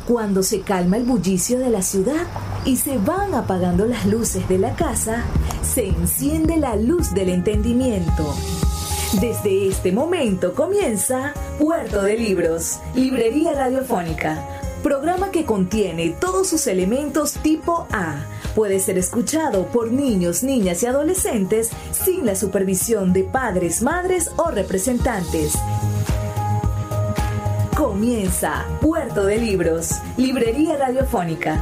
Cuando se calma el bullicio de la ciudad y se van apagando las luces de la casa, se enciende la luz del entendimiento. Desde este momento comienza Puerto de Libros, Librería Radiofónica, programa que contiene todos sus elementos tipo A. Puede ser escuchado por niños, niñas y adolescentes sin la supervisión de padres, madres o representantes. Comienza Puerto de Libros, Librería Radiofónica.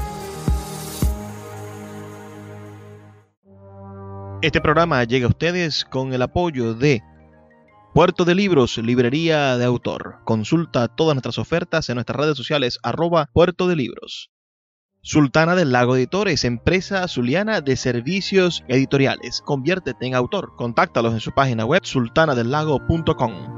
Este programa llega a ustedes con el apoyo de Puerto de Libros, Librería de Autor. Consulta todas nuestras ofertas en nuestras redes sociales @Puerto de Libros. Sultana del Lago Editores, empresa zuliana de servicios editoriales. Conviértete en autor. Contáctalos en su página web sultanadelago.com.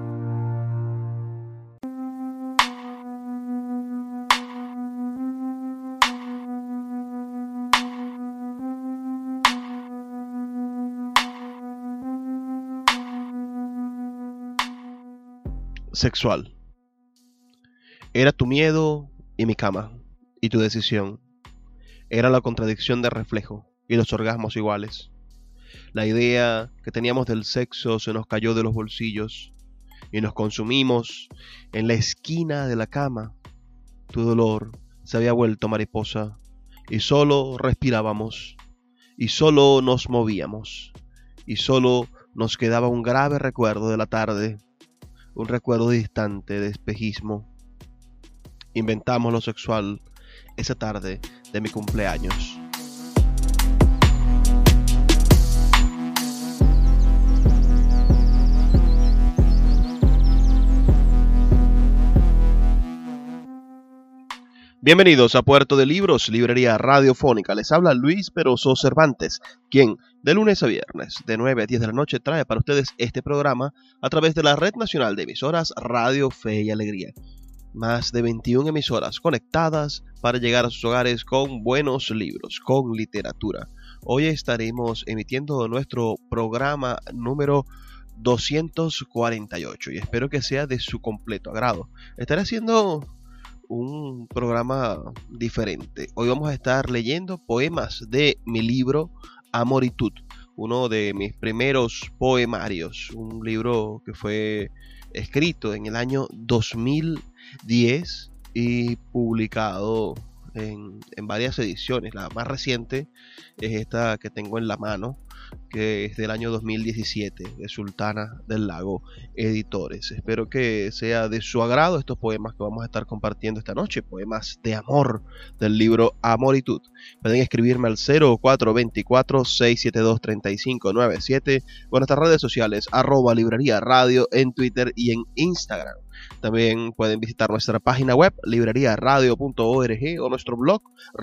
Sexual. Era tu miedo y mi cama, y tu decisión. Era la contradicción de reflejo y los orgasmos iguales. La idea que teníamos del sexo se nos cayó de los bolsillos y nos consumimos en la esquina de la cama. Tu dolor se había vuelto mariposa y solo respirábamos y solo nos movíamos y solo nos quedaba un grave recuerdo de la tarde. Un recuerdo distante de espejismo. Inventamos lo sexual esa tarde de mi cumpleaños. Bienvenidos a Puerto de Libros, Librería Radiofónica. Les habla Luis Peroso Cervantes, quien de lunes a viernes, de 9 a 10 de la noche, trae para ustedes este programa a través de la Red Nacional de Emisoras Radio Fe y Alegría. Más de 21 emisoras conectadas para llegar a sus hogares con buenos libros, con literatura. Hoy estaremos emitiendo nuestro programa número 248 y espero que sea de su completo agrado. Estaré haciendo un programa diferente. Hoy vamos a estar leyendo poemas de mi libro Amoritud, uno de mis primeros poemarios, un libro que fue escrito en el año 2010 y publicado en varias ediciones. La más reciente es esta que tengo en la mano, que es del año 2017, de Sultana del Lago Editores. Espero que sea de su agrado estos poemas que vamos a estar compartiendo esta noche, poemas de amor del libro Amoritud. Pueden escribirme al 0424-672-3597 o en nuestras redes sociales @librería radio en Twitter y en Instagram. También pueden visitar nuestra página web libreriaradio.org o nuestro blog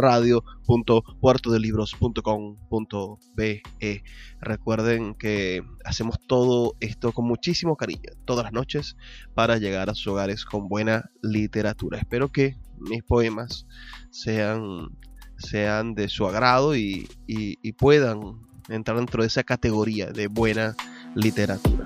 radio.puertodelibros.com.be. Recuerden que hacemos todo esto con muchísimo cariño todas las noches para llegar a sus hogares con buena literatura. Espero que mis poemas sean de su agrado y puedan entrar dentro de esa categoría de buena literatura.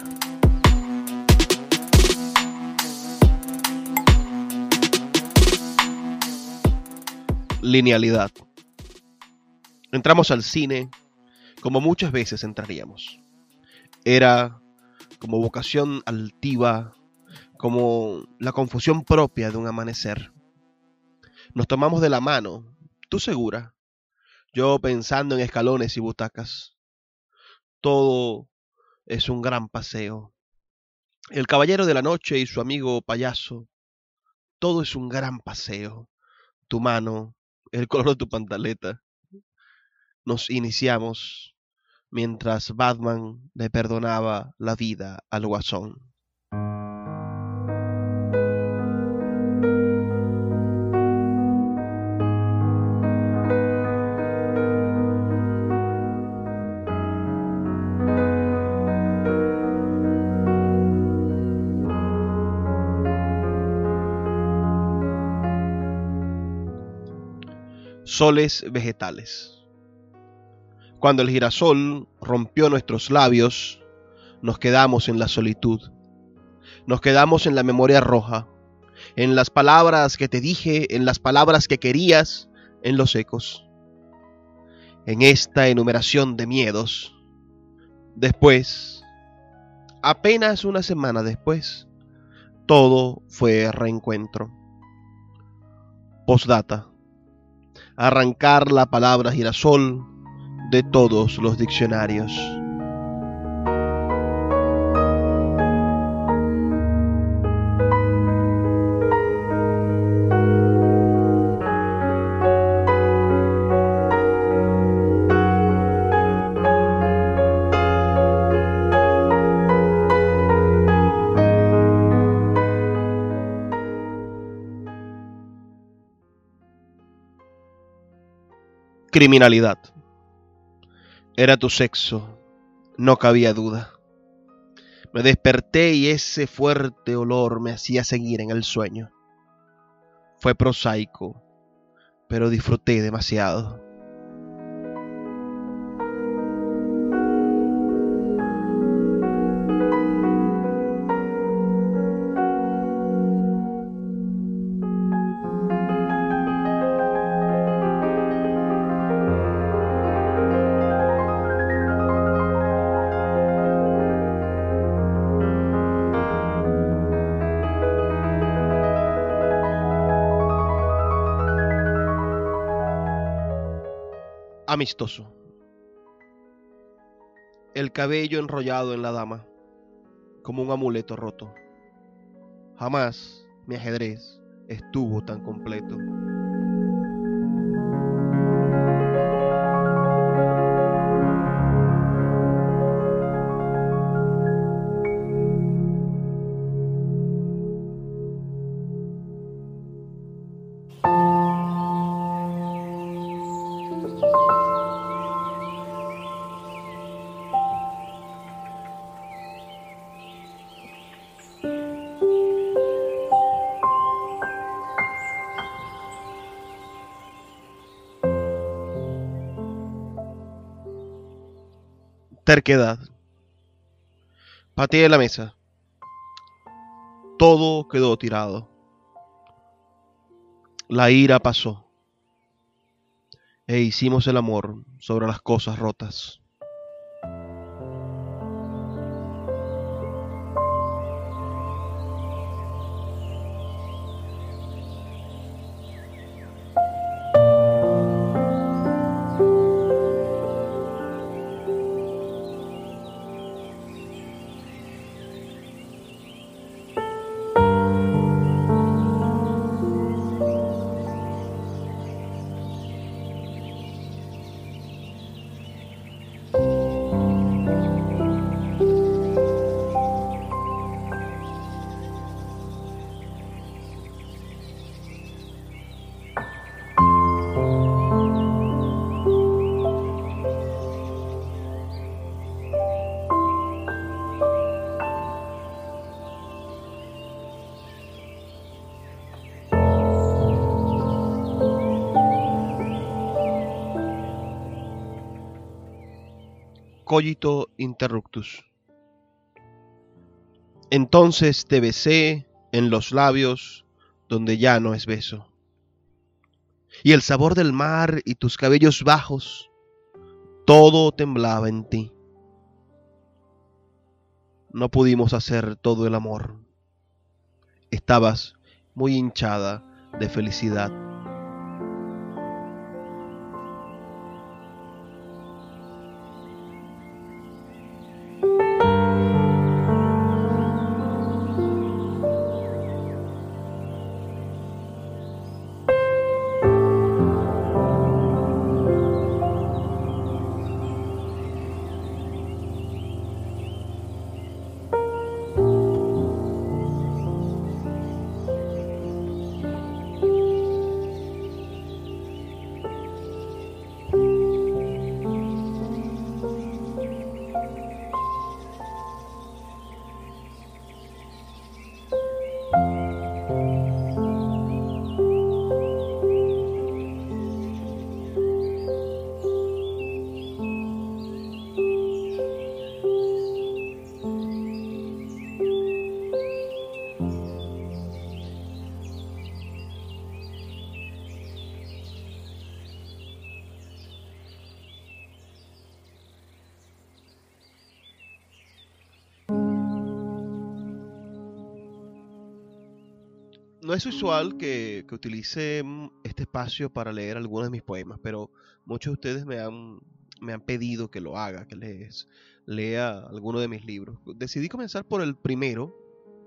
Linealidad. Entramos al cine como muchas veces entraríamos. Era como vocación altiva, como la confusión propia de un amanecer. Nos tomamos de la mano, tú segura, yo pensando en escalones y butacas. Todo es un gran paseo. El caballero de la noche y su amigo payaso. Todo es un gran paseo. Tu mano, el color de tu pantaleta. Nos iniciamos mientras Batman le perdonaba la vida al Guasón. Soles vegetales. Cuando el girasol rompió nuestros labios, nos quedamos en la solitud. Nos quedamos en la memoria roja, en las palabras que te dije, en las palabras que querías, en los ecos. En esta enumeración de miedos, después, apenas una semana después, todo fue reencuentro. Postdata: arrancar la palabra girasol de todos los diccionarios. Criminalidad. Era tu sexo, no cabía duda. Me desperté y ese fuerte olor me hacía seguir en el sueño. Fue prosaico, pero disfruté demasiado. Amistoso. El cabello enrollado en la dama, como un amuleto roto. Jamás mi ajedrez estuvo tan completo. Terquedad. Pateé la mesa. Todo quedó tirado. La ira pasó. E hicimos el amor sobre las cosas rotas. Cogito interruptus. Entonces te besé en los labios donde ya no es beso. Y el sabor del mar y tus cabellos bajos, todo temblaba en ti. No pudimos hacer todo el amor. Estabas muy hinchada de felicidad. no es usual que utilice este espacio para leer algunos de mis poemas, pero muchos de ustedes me han pedido que lo haga, que les lea alguno de mis libros. Decidí comenzar por el primero,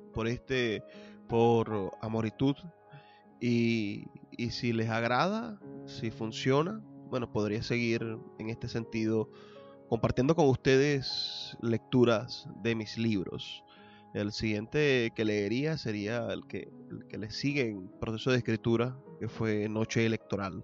por Amoritud, y si les agrada, si funciona, bueno, podría seguir en este sentido compartiendo con ustedes lecturas de mis libros. El siguiente que leería sería el que le sigue en proceso de escritura, que fue Noche Electoral.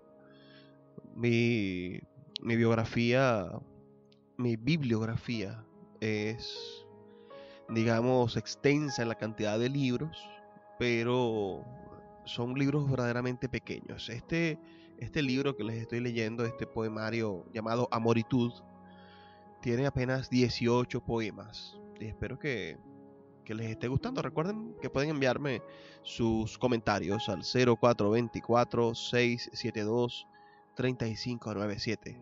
Mi biografía, mi bibliografía es, digamos, extensa en la cantidad de libros, pero son libros verdaderamente pequeños. Este libro que les estoy leyendo, este poemario llamado Amoritud, tiene apenas 18 poemas. Y espero que les esté gustando. Recuerden que pueden enviarme sus comentarios al 0424-672-3597.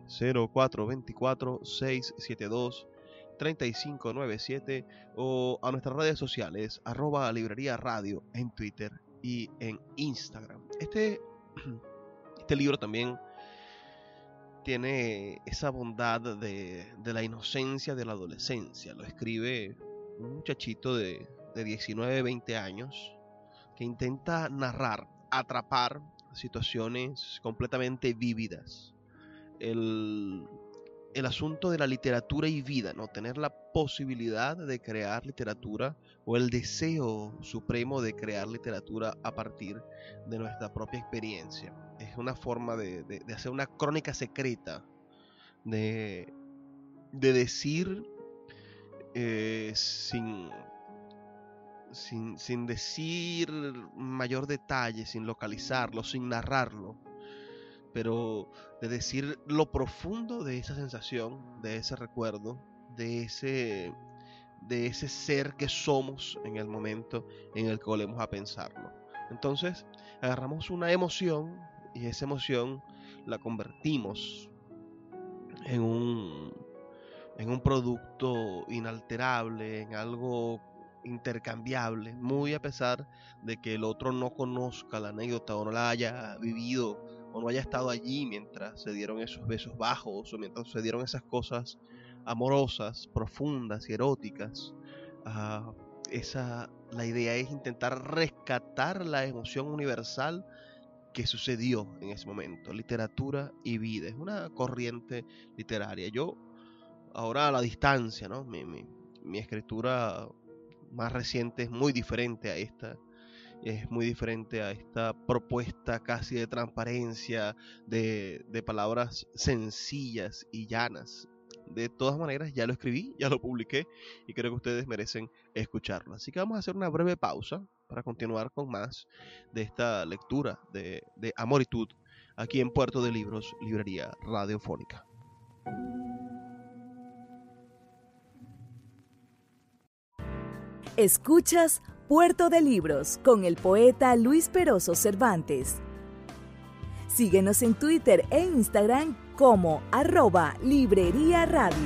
0424-672-3597 o a nuestras redes sociales, @librería radio en Twitter y en Instagram. Este libro también tiene esa bondad de la inocencia de la adolescencia. Lo escribe un muchachito de 19, 20 años que intenta narrar, atrapar situaciones completamente vívidas. El asunto de la literatura y vida, ¿no? Tener la posibilidad de crear literatura o el deseo supremo de crear literatura a partir de nuestra propia experiencia. Es una forma de hacer una crónica secreta, de decir sin decir mayor detalle, sin localizarlo, sin narrarlo, pero de decir lo profundo de esa sensación, de ese recuerdo, de ese ser que somos en el momento en el que volvemos a pensarlo. Entonces agarramos una emoción y esa emoción la convertimos en un producto inalterable, en algo intercambiable, muy a pesar de que el otro no conozca la anécdota o no la haya vivido o no haya estado allí mientras se dieron esos besos bajos o mientras se dieron esas cosas amorosas, profundas y eróticas. La idea es intentar rescatar la emoción universal que sucedió en ese momento. Literatura y vida, es una corriente literaria. Yo ahora a la distancia, ¿no? Mi escritura más reciente es muy diferente a esta. Es muy diferente a esta propuesta casi de transparencia, de palabras sencillas y llanas. De todas maneras, ya lo escribí, ya lo publiqué y creo que ustedes merecen escucharlo. Así que vamos a hacer una breve pausa para continuar con más de esta lectura de Amoritud aquí en Puerto de Libros, Librería Radiofónica. Escuchas Puerto de Libros con el poeta Luis Peroso Cervantes. Síguenos en Twitter e Instagram como @Librería Radio.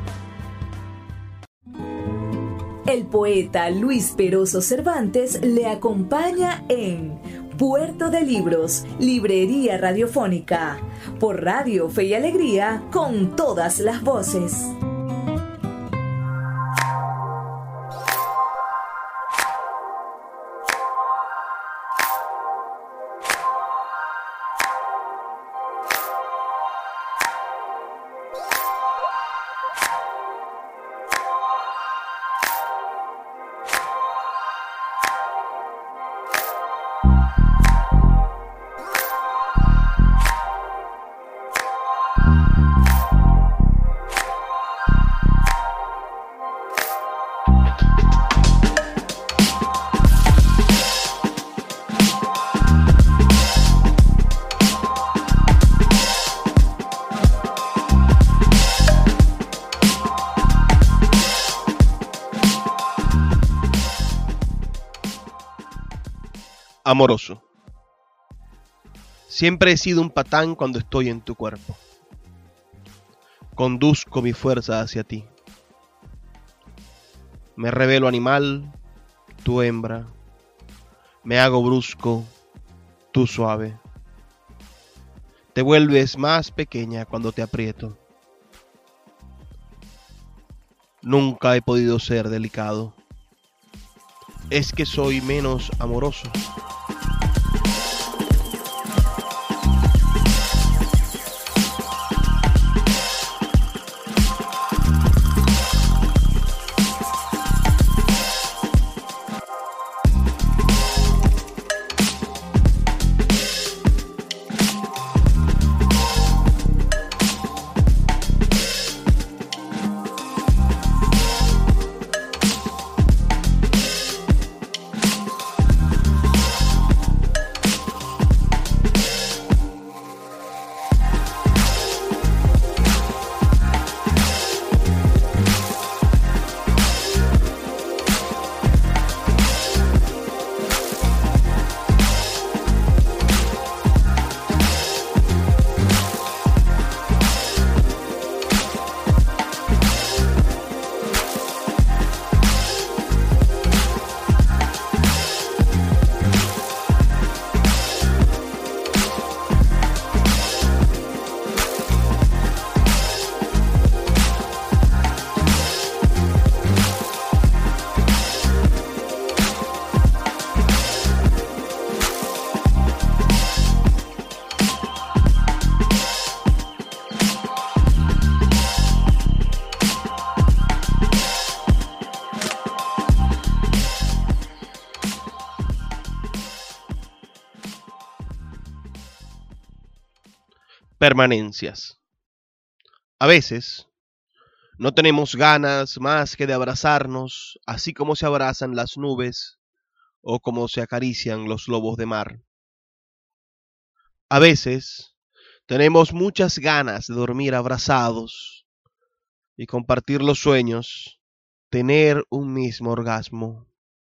El poeta Luis Peroso Cervantes le acompaña en Puerto de Libros, Librería Radiofónica, por Radio Fe y Alegría, con todas las voces. Amoroso. Siempre he sido un patán cuando estoy en tu cuerpo. Conduzco mi fuerza hacia ti. Me revelo animal, tu hembra. Me hago brusco, tú suave. Te vuelves más pequeña cuando te aprieto. Nunca he podido ser delicado. Es que soy menos amoroso. Permanencias. A veces no tenemos ganas más que de abrazarnos, así como se abrazan las nubes o como se acarician los lobos de mar. A veces tenemos muchas ganas de dormir abrazados y compartir los sueños, tener un mismo orgasmo.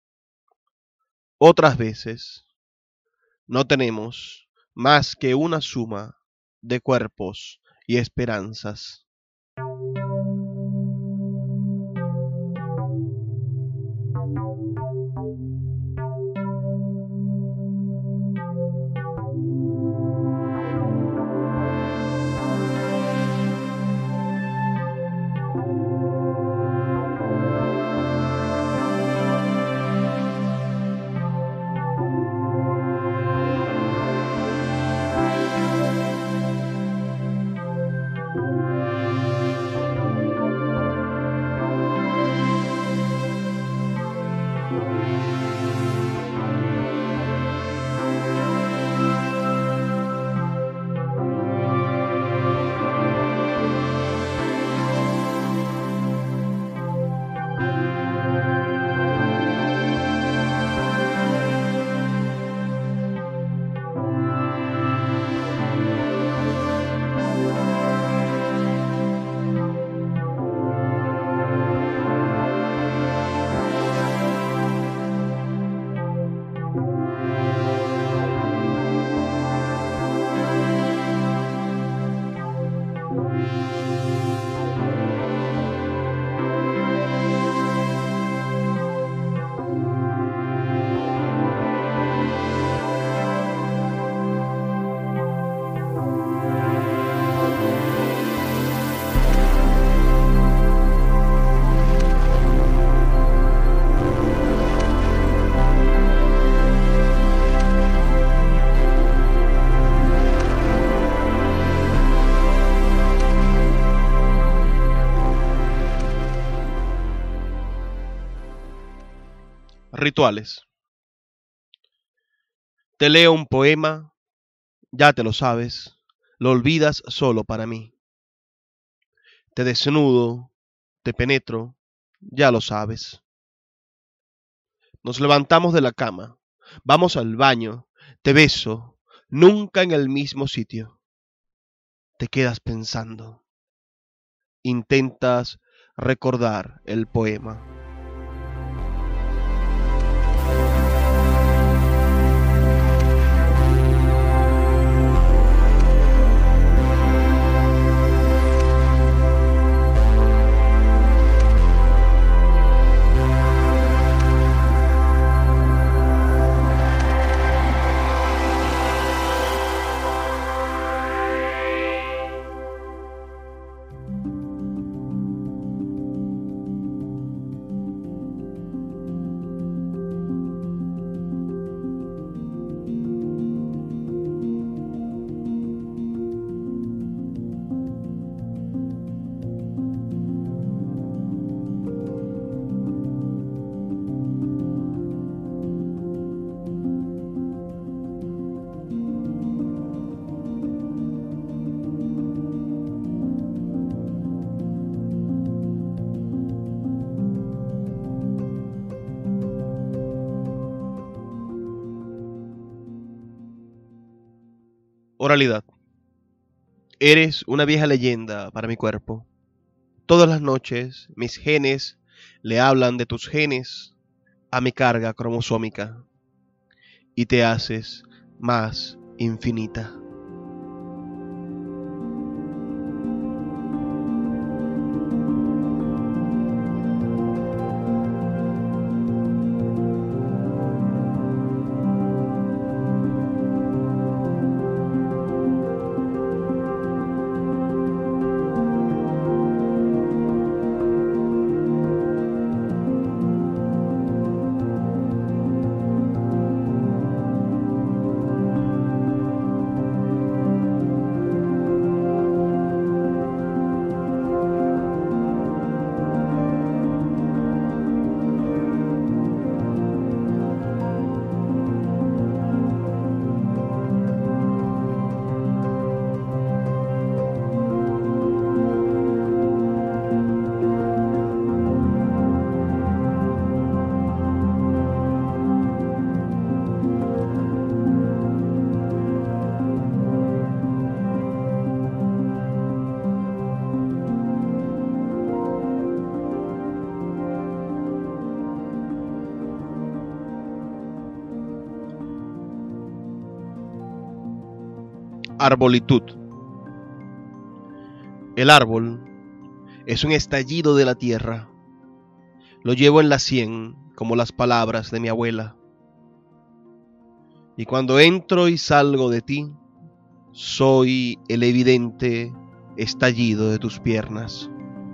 Otras veces no tenemos más que una suma de cuerpos y esperanzas. Rituales. Te leo un poema, ya te lo sabes, lo olvidas solo para mí. Te desnudo, te penetro, ya lo sabes. Nos levantamos de la cama, vamos al baño, te beso, nunca en el mismo sitio. Te quedas pensando. Intentas recordar el poema. Oralidad. Eres una vieja leyenda para mi cuerpo. Todas las noches mis genes le hablan de tus genes a mi carga cromosómica y te haces más infinita. Arbolitud. El árbol es un estallido de la tierra. Lo llevo en la sien como las palabras de mi abuela. Y cuando entro y salgo de ti, soy el evidente estallido de tus piernas.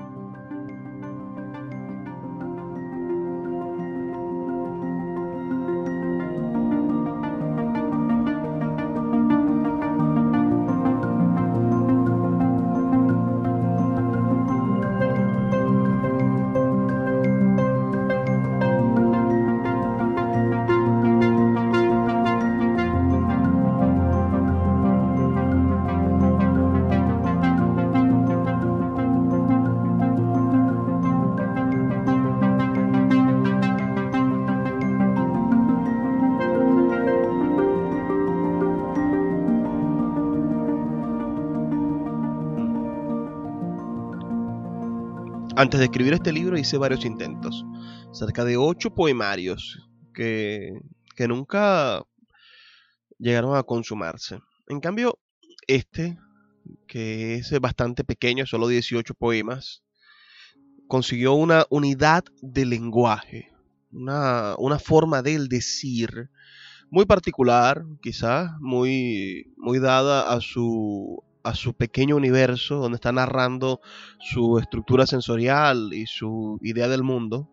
Antes de escribir este libro hice varios intentos, cerca de 8 poemarios que nunca llegaron a consumarse. En cambio, este, que es bastante pequeño, solo 18 poemas, consiguió una unidad de lenguaje, una forma del decir muy particular, quizás muy dada a su pequeño universo, donde está narrando su estructura sensorial y su idea del mundo.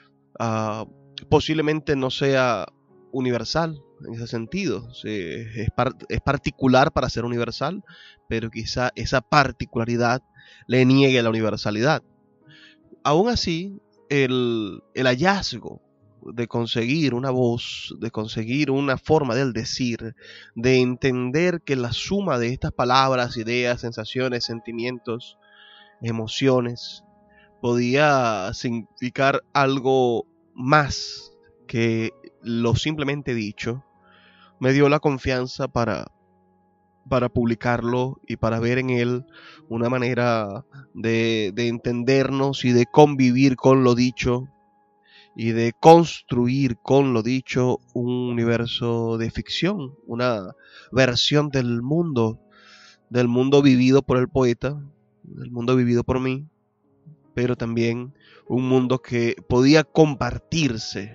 Posiblemente no sea universal en ese sentido. Es particular para ser universal, pero quizá esa particularidad le niegue la universalidad. Aún así, el hallazgo de conseguir una voz, de conseguir una forma del decir, de entender que la suma de estas palabras, ideas, sensaciones, sentimientos, emociones, podía significar algo más que lo simplemente dicho, me dio la confianza para publicarlo y para ver en él una manera de entendernos y de convivir con lo dicho y de construir con lo dicho un universo de ficción, una versión del mundo vivido por el poeta, del mundo vivido por mí, pero también un mundo que podía compartirse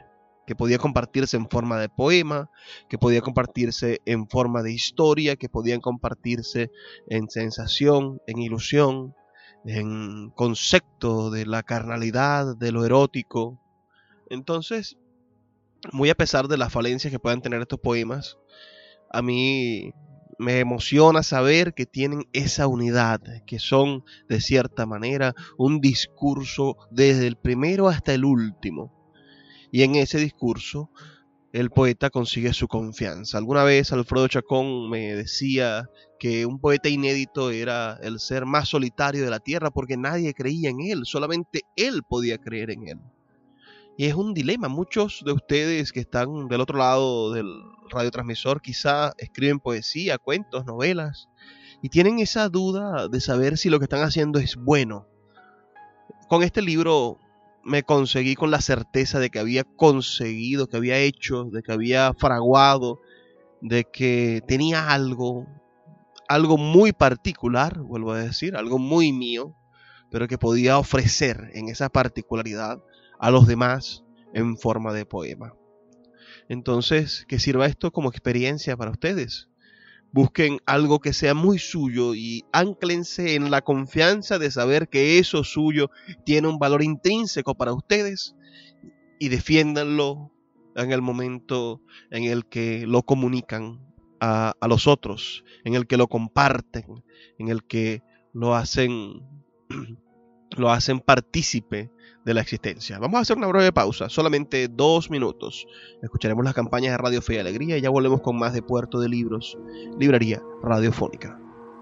en forma de poema, que podía compartirse en forma de historia, que podían compartirse en sensación, en ilusión, en concepto de la carnalidad, de lo erótico. Entonces, muy a pesar de las falencias que puedan tener estos poemas, a mí me emociona saber que tienen esa unidad, que son de cierta manera un discurso desde el primero hasta el último. Y en ese discurso el poeta consigue su confianza. Alguna vez Alfredo Chacón me decía que un poeta inédito era el ser más solitario de la tierra porque nadie creía en él, solamente él podía creer en él. Y es un dilema. Muchos de ustedes que están del otro lado del radiotransmisor quizá escriben poesía, cuentos, novelas, y tienen esa duda de saber si lo que están haciendo es bueno. Con este libro me conseguí con la certeza de que había conseguido, que había hecho, de que había fraguado, de que tenía algo muy particular, vuelvo a decir, algo muy mío, pero que podía ofrecer en esa particularidad a los demás en forma de poema. Entonces, que sirva esto como experiencia para ustedes. Busquen algo que sea muy suyo y ánclense en la confianza de saber que eso suyo tiene un valor intrínseco para ustedes y defiéndanlo en el momento en el que lo comunican a los otros, en el que lo comparten, en el que lo hacen, lo hacen partícipe de la existencia. Vamos a hacer una breve pausa, solamente 2 minutos. Escucharemos las campañas de Radio Fe y Alegría y ya volvemos con más de Puerto de Libros, Librería Radiofónica.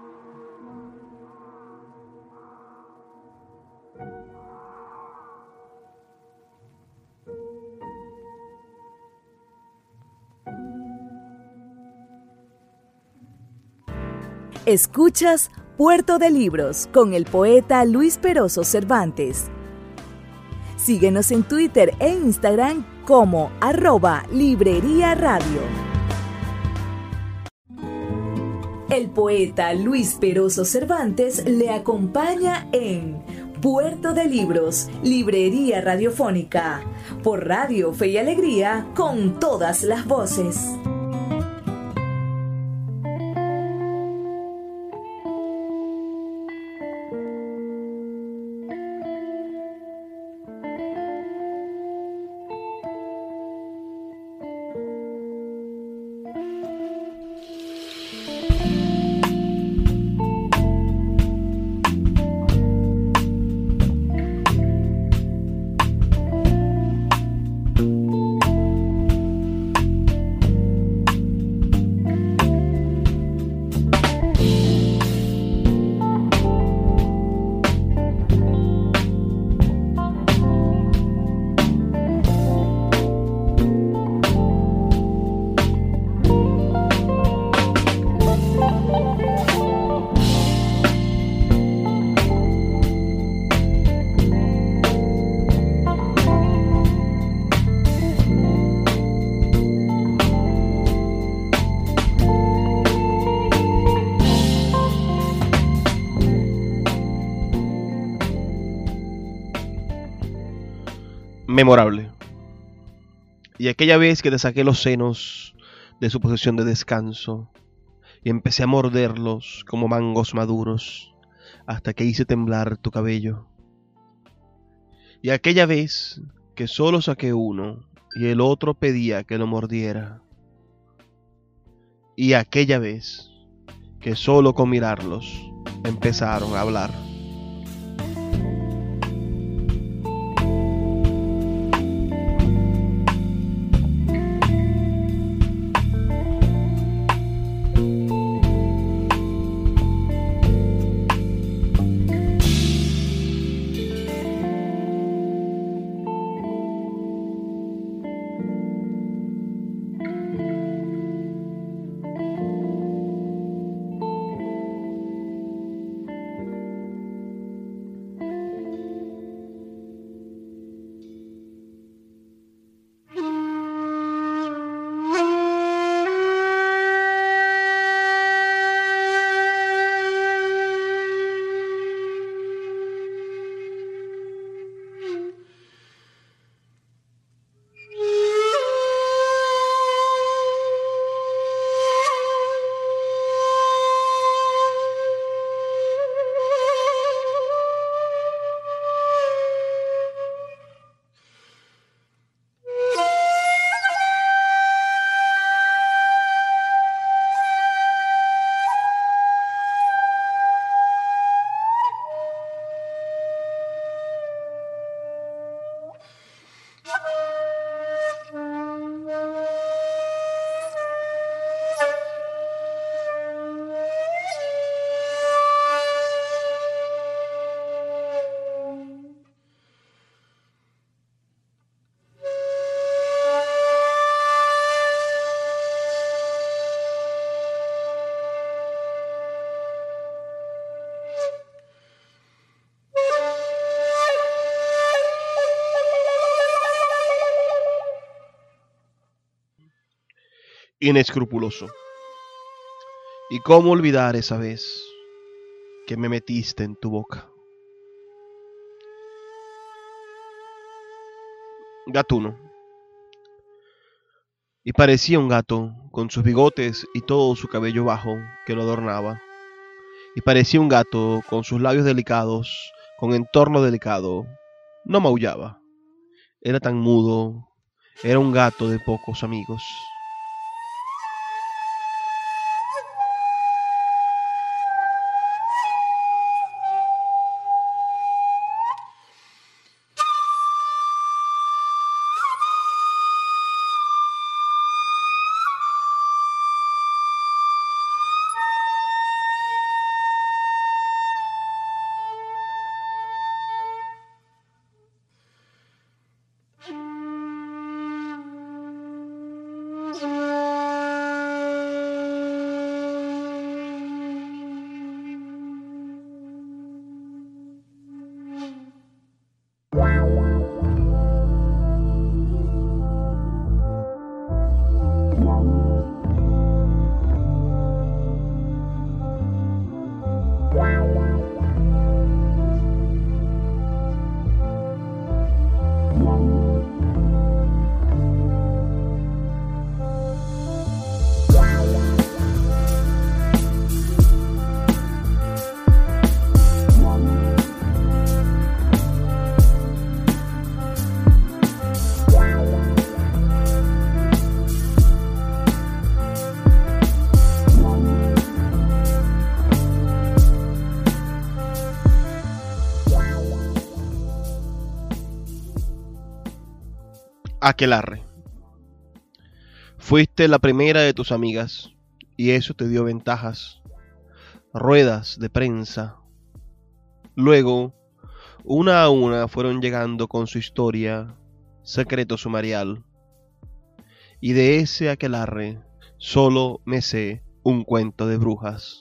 Escuchas Puerto de Libros con el poeta Luis Peroso Cervantes. Síguenos en Twitter e Instagram como @Librería Radio. El poeta Luis Peroso Cervantes le acompaña en Puerto de Libros, Librería Radiofónica, por Radio Fe y Alegría, con todas las voces. Memorable. Y aquella vez que te saqué los senos de su posición de descanso y empecé a morderlos como mangos maduros hasta que hice temblar tu cabello. Y aquella vez que solo saqué uno y el otro pedía que lo mordiera. Y aquella vez que solo con mirarlos empezaron a hablar. inescrupuloso. ¿Y cómo olvidar esa vez que me metiste en tu boca? Gatuno. Y parecía un gato, con sus bigotes y todo su cabello bajo que lo adornaba. Y parecía un gato, con sus labios delicados, con entorno delicado. No maullaba. Era tan mudo. Era un gato de pocos amigos. Aquelarre. Fuiste la primera de tus amigas, y eso te dio ventajas, ruedas de prensa. Luego, una a una fueron llegando con su historia, secreto sumarial. Y de ese aquelarre solo me sé un cuento de brujas.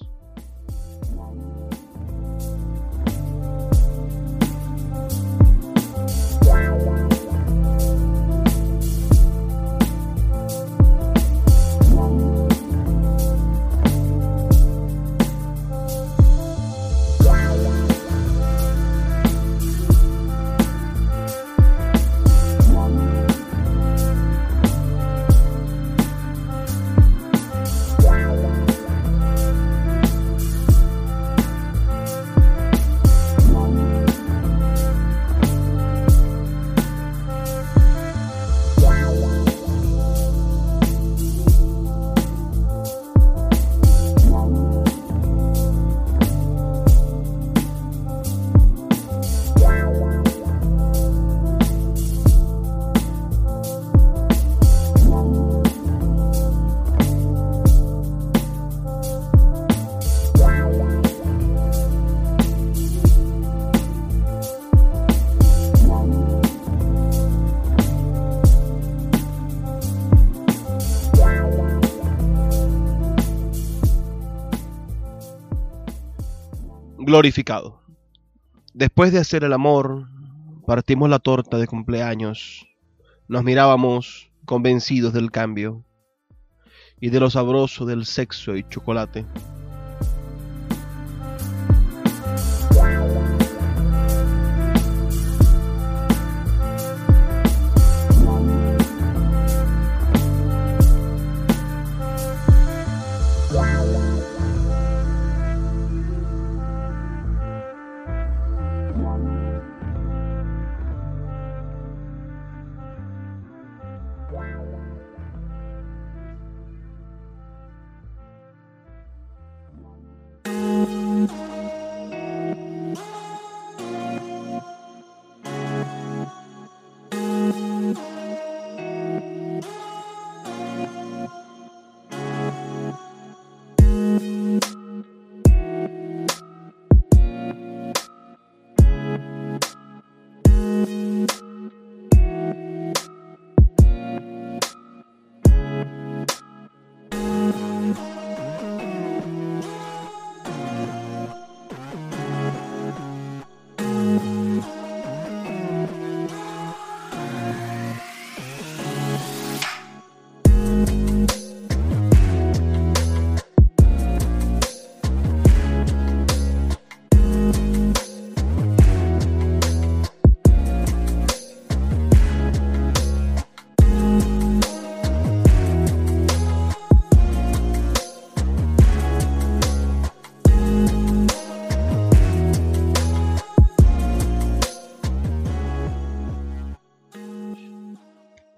Glorificado. Después de hacer el amor, partimos la torta de cumpleaños. Nos mirábamos convencidos del cambio y de lo sabroso del sexo y chocolate.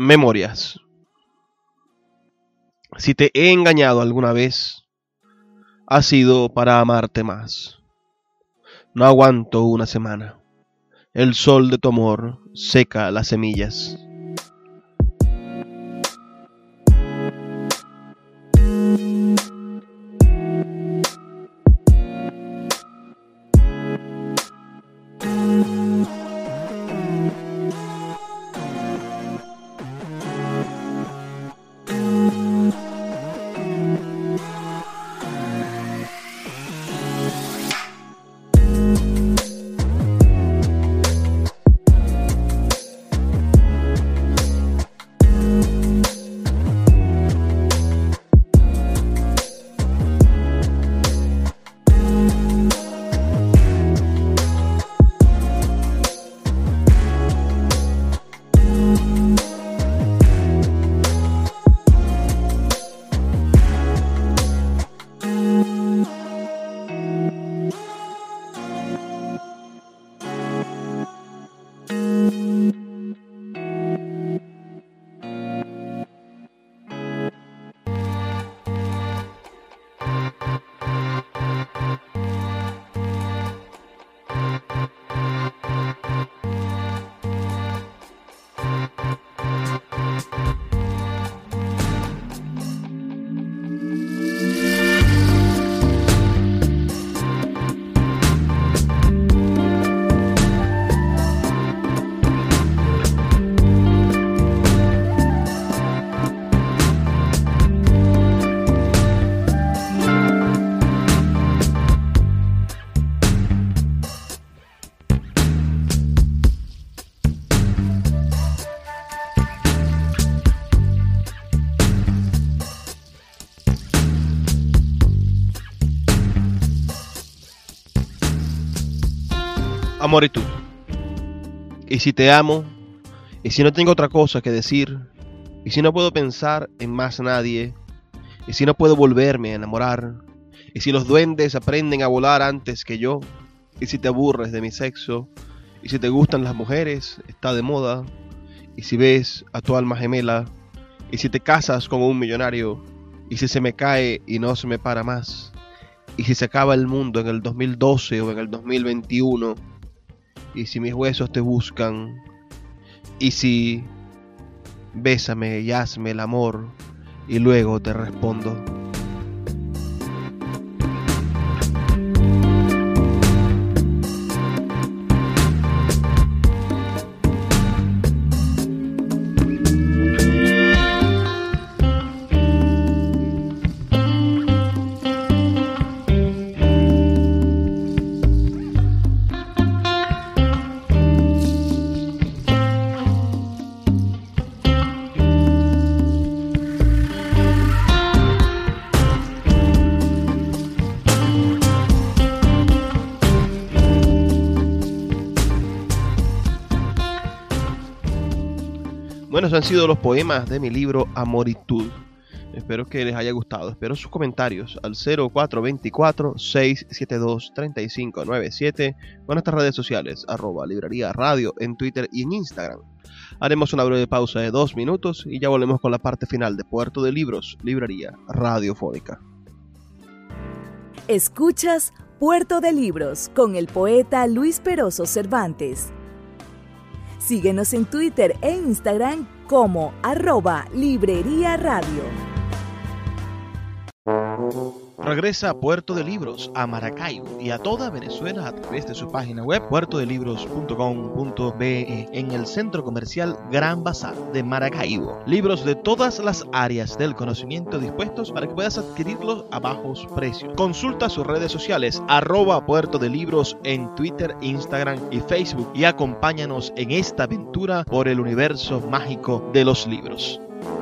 Memorias. Si te he engañado alguna vez, ha sido para amarte más. No aguanto una semana. El sol de tu amor seca las semillas. Amor y tú. Y si te amo, y si no tengo otra cosa que decir, y si no puedo pensar en más nadie, y si no puedo volverme a enamorar, y si los duendes aprenden a volar antes que yo, y si te aburres de mi sexo, y si te gustan las mujeres, está de moda, y si ves a tu alma gemela, y si te casas con un millonario, y si se me cae y no se me para más, y si se acaba el mundo en el 2012 o en el 2021, y si mis huesos te buscan, y si bésame y hazme el amor, y luego te respondo. Bueno, esos han sido los poemas de mi libro Amoritud. Espero que les haya gustado. Espero sus comentarios al 0424-672-3597 con nuestras redes sociales, @librería radio en Twitter y en Instagram. Haremos una breve pausa de 2 minutos y ya volvemos con la parte final de Puerto de Libros, Librería Radiofónica. Escuchas Puerto de Libros con el poeta Luis Peroso Cervantes. Síguenos en Twitter e Instagram como @librería radio. Regresa a Puerto de Libros, a Maracaibo y a toda Venezuela a través de su página web puertodelibros.com.be en el centro comercial Gran Bazar de Maracaibo. Libros de todas las áreas del conocimiento dispuestos para que puedas adquirirlos a bajos precios. Consulta sus redes sociales @Puerto de Libros en Twitter, Instagram y Facebook y acompáñanos en esta aventura por el universo mágico de los libros.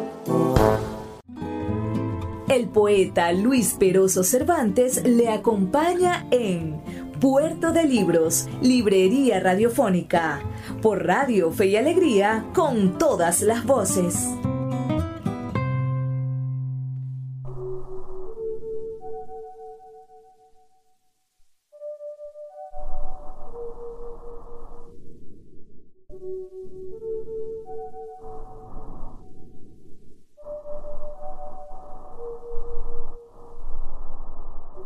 El poeta Luis Peroso Cervantes le acompaña en Puerto de Libros, Librería Radiofónica, por Radio Fe y Alegría, con todas las voces.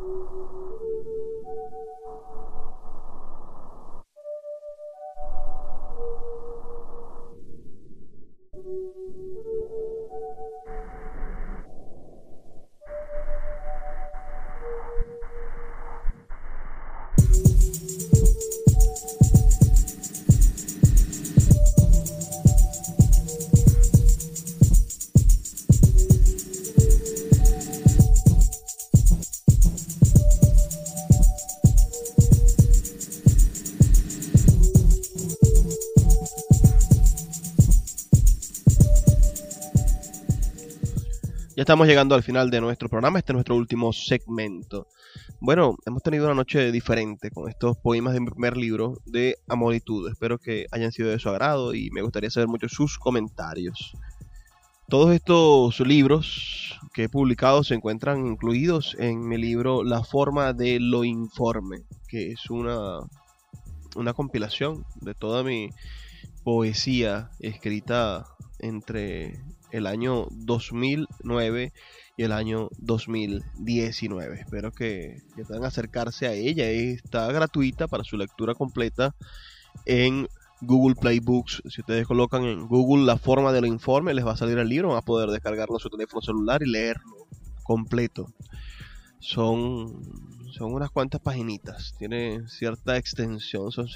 Ya estamos llegando al final de nuestro programa, este es nuestro último segmento. Bueno, hemos tenido una noche diferente con estos poemas de mi primer libro de Amoritud. Espero que hayan sido de su agrado y me gustaría saber mucho sus comentarios. Todos estos libros que he publicado se encuentran incluidos en mi libro La forma de lo informe, que es una compilación de toda mi poesía escrita entre el año 2009 y el año 2019. Espero que puedan acercarse a ella. Está gratuita para su lectura completa en Google Play Books. Si ustedes colocan en Google La forma del informe, les va a salir el libro, van a poder descargarlo en su teléfono celular y leerlo completo. Son unas cuantas paginitas, tiene cierta extensión, son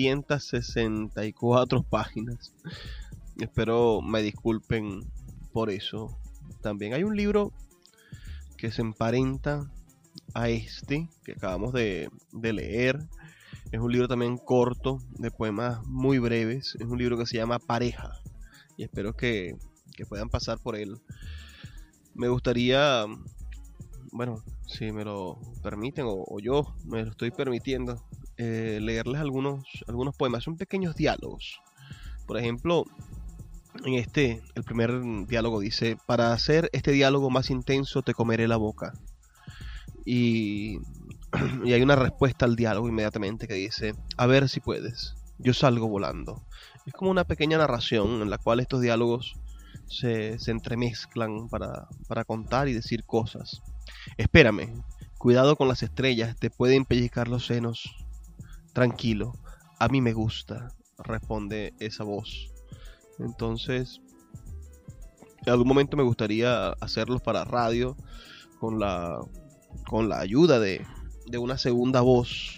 764 páginas. Espero me disculpen por eso. También hay un libro que se emparenta a este que acabamos de leer. Es un libro también corto, de poemas muy breves. Es un libro que se llama Pareja y espero que puedan pasar por él. Me gustaría, bueno, si me lo permiten o yo me lo estoy permitiendo, leerles algunos poemas. Son pequeños diálogos. Por ejemplo, en el primer diálogo dice: para hacer este diálogo más intenso te comeré la boca. Y hay una respuesta al diálogo inmediatamente que dice: a ver si puedes, yo salgo volando. Es como una pequeña narración en la cual estos diálogos se entremezclan para contar y decir cosas. Espérame, cuidado con las estrellas, te pueden pellizcar los senos. Tranquilo, a mí me gusta, responde esa voz. Entonces, en algún momento me gustaría hacerlos para radio con la ayuda de una segunda voz,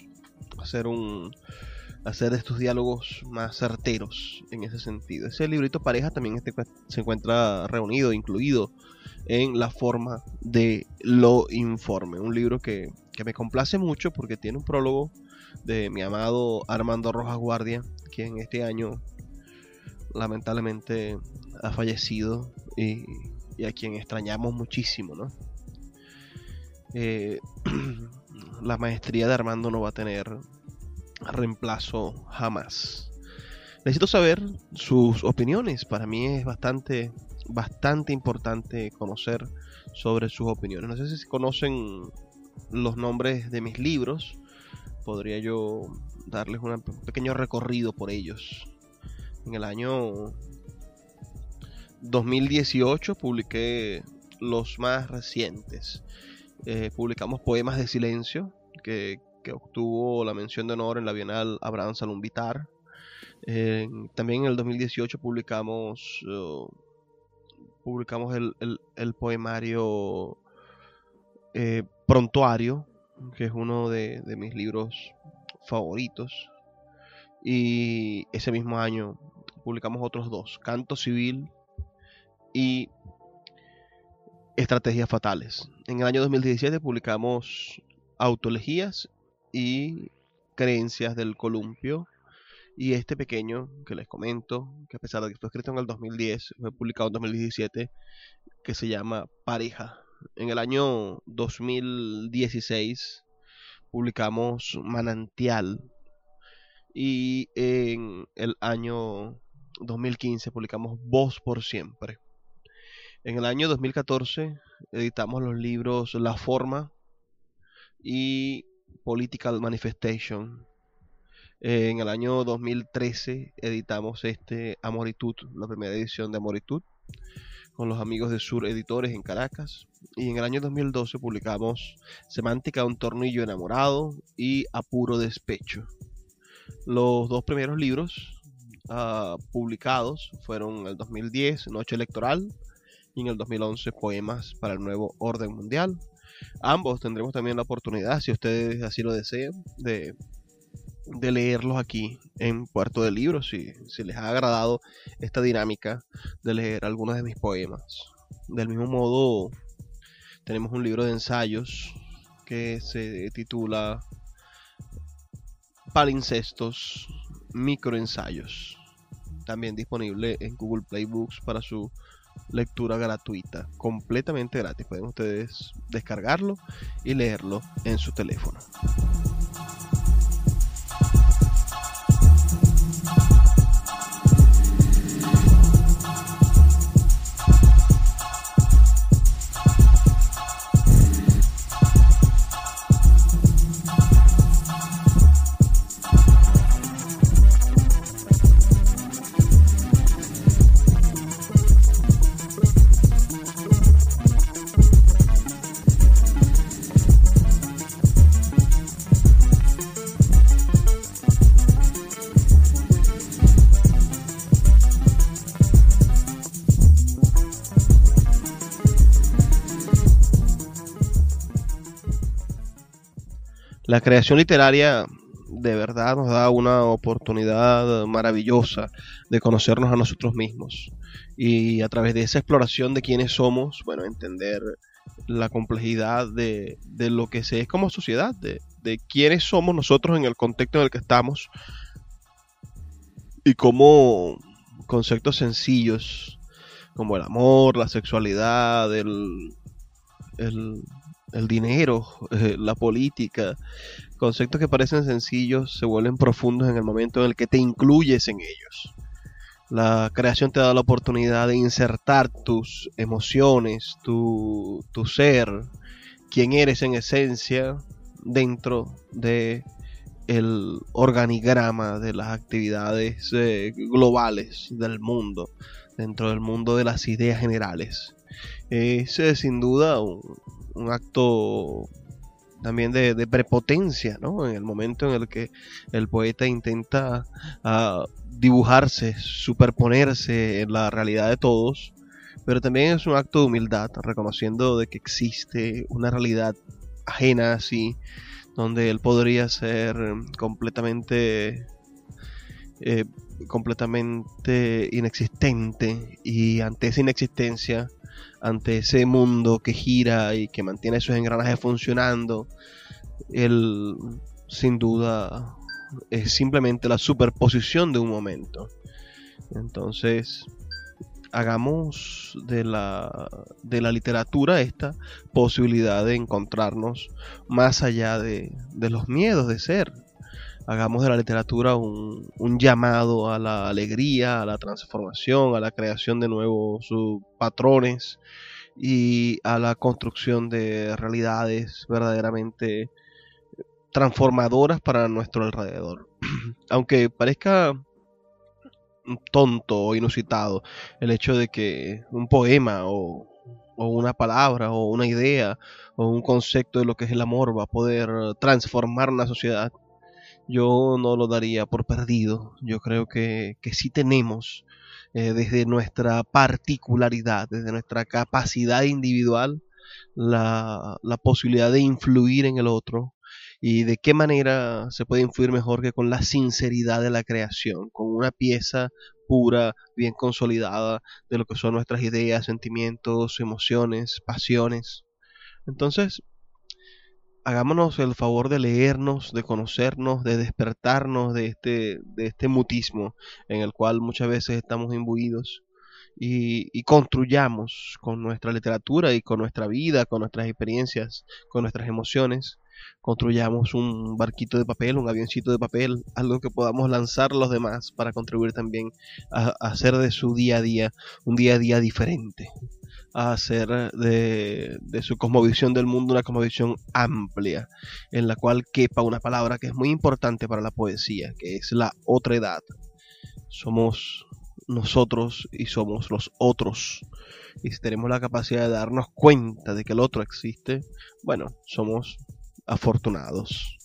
hacer estos diálogos más certeros en ese sentido. Ese librito Pareja también se encuentra reunido, incluido en La forma de lo informe, un libro que me complace mucho porque tiene un prólogo de mi amado Armando Rojas Guardia, quien este año lamentablemente ha fallecido y a quien extrañamos muchísimo, ¿no? La maestría de Armando no va a tener reemplazo jamás. Necesito saber sus opiniones. Para mí es bastante importante conocer sobre sus opiniones. No sé si conocen los nombres de mis libros. Podría yo darles un pequeño recorrido por ellos. En el año 2018 publiqué los más recientes. Publicamos Poemas de Silencio, que obtuvo la mención de honor en la Bienal Abraham Salum Vitar. También en el 2018 publicamos el poemario Prontuario, que es uno de mis libros favoritos. Y ese mismo año publicamos otros dos, Canto Civil y Estrategias Fatales. En el año 2017 publicamos Autolegías y Creencias del Columpio. Y este pequeño que les comento, que a pesar de que fue escrito en el 2010, fue publicado en 2017, que se llama Pareja. En el año 2016 publicamos Manantial. Y en el año 2015 publicamos Voz por Siempre. En el año 2014 editamos los libros La Forma y Political Manifestation. En el año 2013 editamos Amoritud, la primera edición de Amoritud. con los amigos de Sur Editores en Caracas. Y en el año 2012 publicamos Semántica, un tornillo enamorado y A puro despecho. Los dos primeros libros publicados fueron en el 2010, Noche Electoral, y en el 2011, Poemas para el Nuevo Orden Mundial. Ambos tendremos también la oportunidad, si ustedes así lo desean, de leerlos aquí en Puerto de Libros, si les ha agradado esta dinámica de leer algunos de mis poemas. Del mismo modo, tenemos un libro de ensayos que se titula Palincestos, microensayos, también disponible en Google Play Books para su lectura gratuita, completamente gratis. Pueden ustedes descargarlo y leerlo en su teléfono. La creación literaria de verdad nos da una oportunidad maravillosa de conocernos a nosotros mismos y a través de esa exploración de quiénes somos, bueno, entender la complejidad de lo que se es como sociedad, de quiénes somos nosotros en el contexto en el que estamos y cómo conceptos sencillos como el amor, la sexualidad, el dinero, la política, conceptos que parecen sencillos se vuelven profundos en el momento en el que te incluyes en ellos. La creación te da la oportunidad de insertar tus emociones, tu ser, quién eres en esencia, dentro de el organigrama de las actividades globales del mundo, dentro del mundo de las ideas generales. Es sin duda un acto también de prepotencia, ¿no? En el momento en el que el poeta intenta dibujarse, superponerse en la realidad de todos, pero también es un acto de humildad, reconociendo de que existe una realidad ajena así, donde él podría ser completamente inexistente, y ante esa inexistencia, ante ese mundo que gira y que mantiene esos engranajes funcionando, él sin duda es simplemente la superposición de un momento. Entonces, hagamos de la literatura esta posibilidad de encontrarnos más allá de los miedos de ser. Hagamos de la literatura un llamado a la alegría, a la transformación, a la creación de nuevos patrones y a la construcción de realidades verdaderamente transformadoras para nuestro alrededor. Aunque parezca tonto o inusitado el hecho de que un poema o una palabra o una idea o un concepto de lo que es el amor va a poder transformar una sociedad, yo no lo daría por perdido. Yo creo que sí tenemos, desde nuestra particularidad, desde nuestra capacidad individual, la posibilidad de influir en el otro. Y de qué manera se puede influir mejor que con la sinceridad de la creación, con una pieza pura, bien consolidada de lo que son nuestras ideas, sentimientos, emociones, pasiones. Entonces, hagámonos el favor de leernos, de conocernos, de despertarnos de este mutismo en el cual muchas veces estamos imbuidos, y construyamos con nuestra literatura y con nuestra vida, con nuestras experiencias, con nuestras emociones, construyamos un barquito de papel, un avioncito de papel, algo que podamos lanzar a los demás para contribuir también a hacer de su día a día un día a día diferente, a hacer de su cosmovisión del mundo una cosmovisión amplia, en la cual quepa una palabra que es muy importante para la poesía, que es la otredad. Somos nosotros y somos los otros. Y si tenemos la capacidad de darnos cuenta de que el otro existe, bueno, somos afortunados.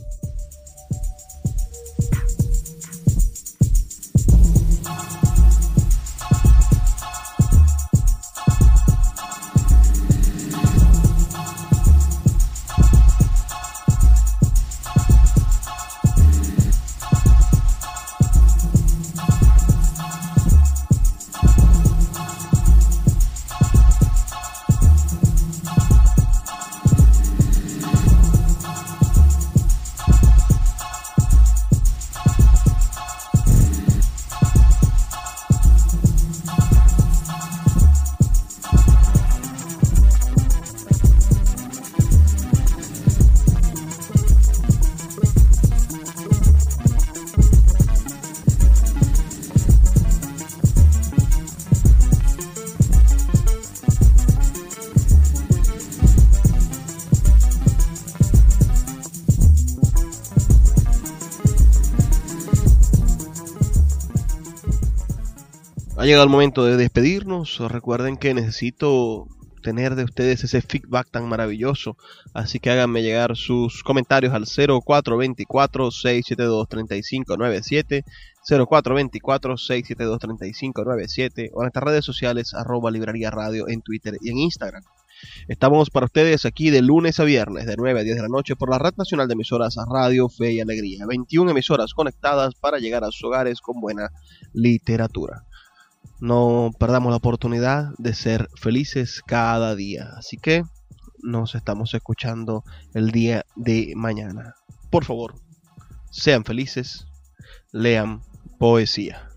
Ha llegado el momento de despedirnos. Recuerden que necesito tener de ustedes ese feedback tan maravilloso, así que háganme llegar sus comentarios al 0424-672-3597, 0424-672-3597 o en nuestras redes sociales @librería radio en Twitter y en Instagram. Estamos para ustedes aquí de lunes a viernes de 9 a 10 de la noche por la Red Nacional de Emisoras Radio Fe y Alegría. 21 emisoras conectadas para llegar a sus hogares con buena literatura. No perdamos la oportunidad de ser felices cada día. Así que nos estamos escuchando el día de mañana. Por favor, sean felices, lean poesía.